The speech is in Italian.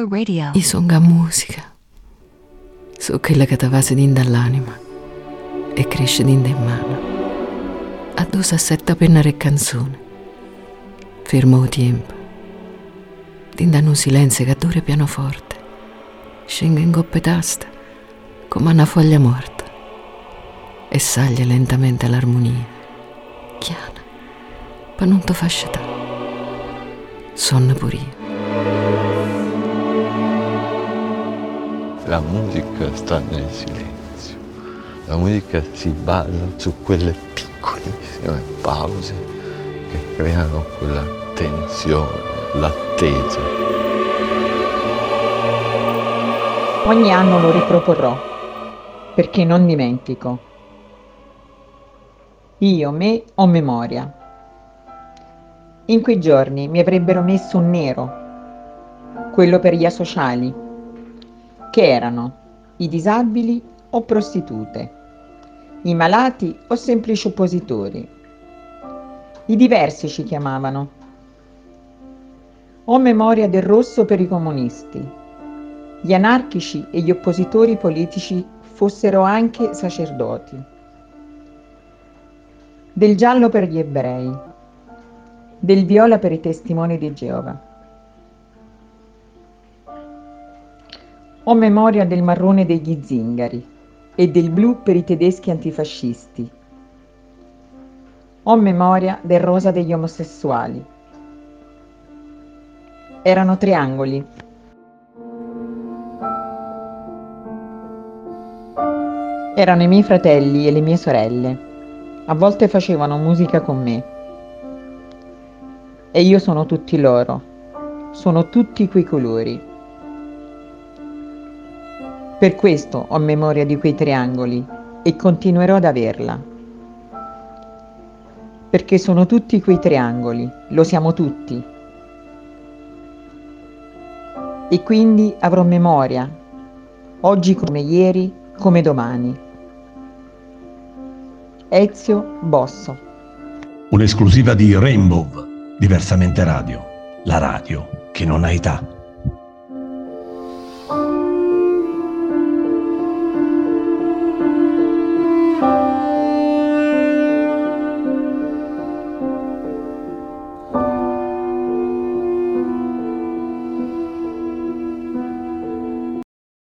Rainbow Radio. I songa musica. So quella che ti va sedendo all'anima e cresce dinda in mano. A due sassetta pennare e canzone. Fermo il tempo. Dinda un silenzio che dura pianoforte. Scende in coppe tasta come una foglia morta e sale lentamente all'armonia. Chiana, per non ti fasciare. Sonno pure io. La musica sta nel silenzio. La musica si basa su quelle piccolissime pause che creano quella tensione, l'attesa. Ogni anno lo riproporrò, perché non dimentico. Io, me, ho memoria. In quei giorni mi avrebbero messo un nero, quello per gli asociali, che erano i disabili o prostitute, i malati o semplici oppositori. I diversi ci chiamavano. Ho memoria del rosso per i comunisti, gli anarchici e gli oppositori politici fossero anche sacerdoti, del giallo per gli ebrei, del viola per i testimoni di Geova. Ho memoria del marrone degli zingari e del blu per i tedeschi antifascisti. Ho memoria del rosa degli omosessuali. Erano triangoli. Erano i miei fratelli e le mie sorelle. A volte facevano musica con me. E io sono tutti loro. Sono tutti quei colori. Per questo ho memoria di quei triangoli e continuerò ad averla. Perché sono tutti quei triangoli, lo siamo tutti. E quindi avrò memoria, oggi come ieri, come domani. Ezio Bosso. Un'esclusiva di Rainbow, Diversamente Radio, la radio che non ha età.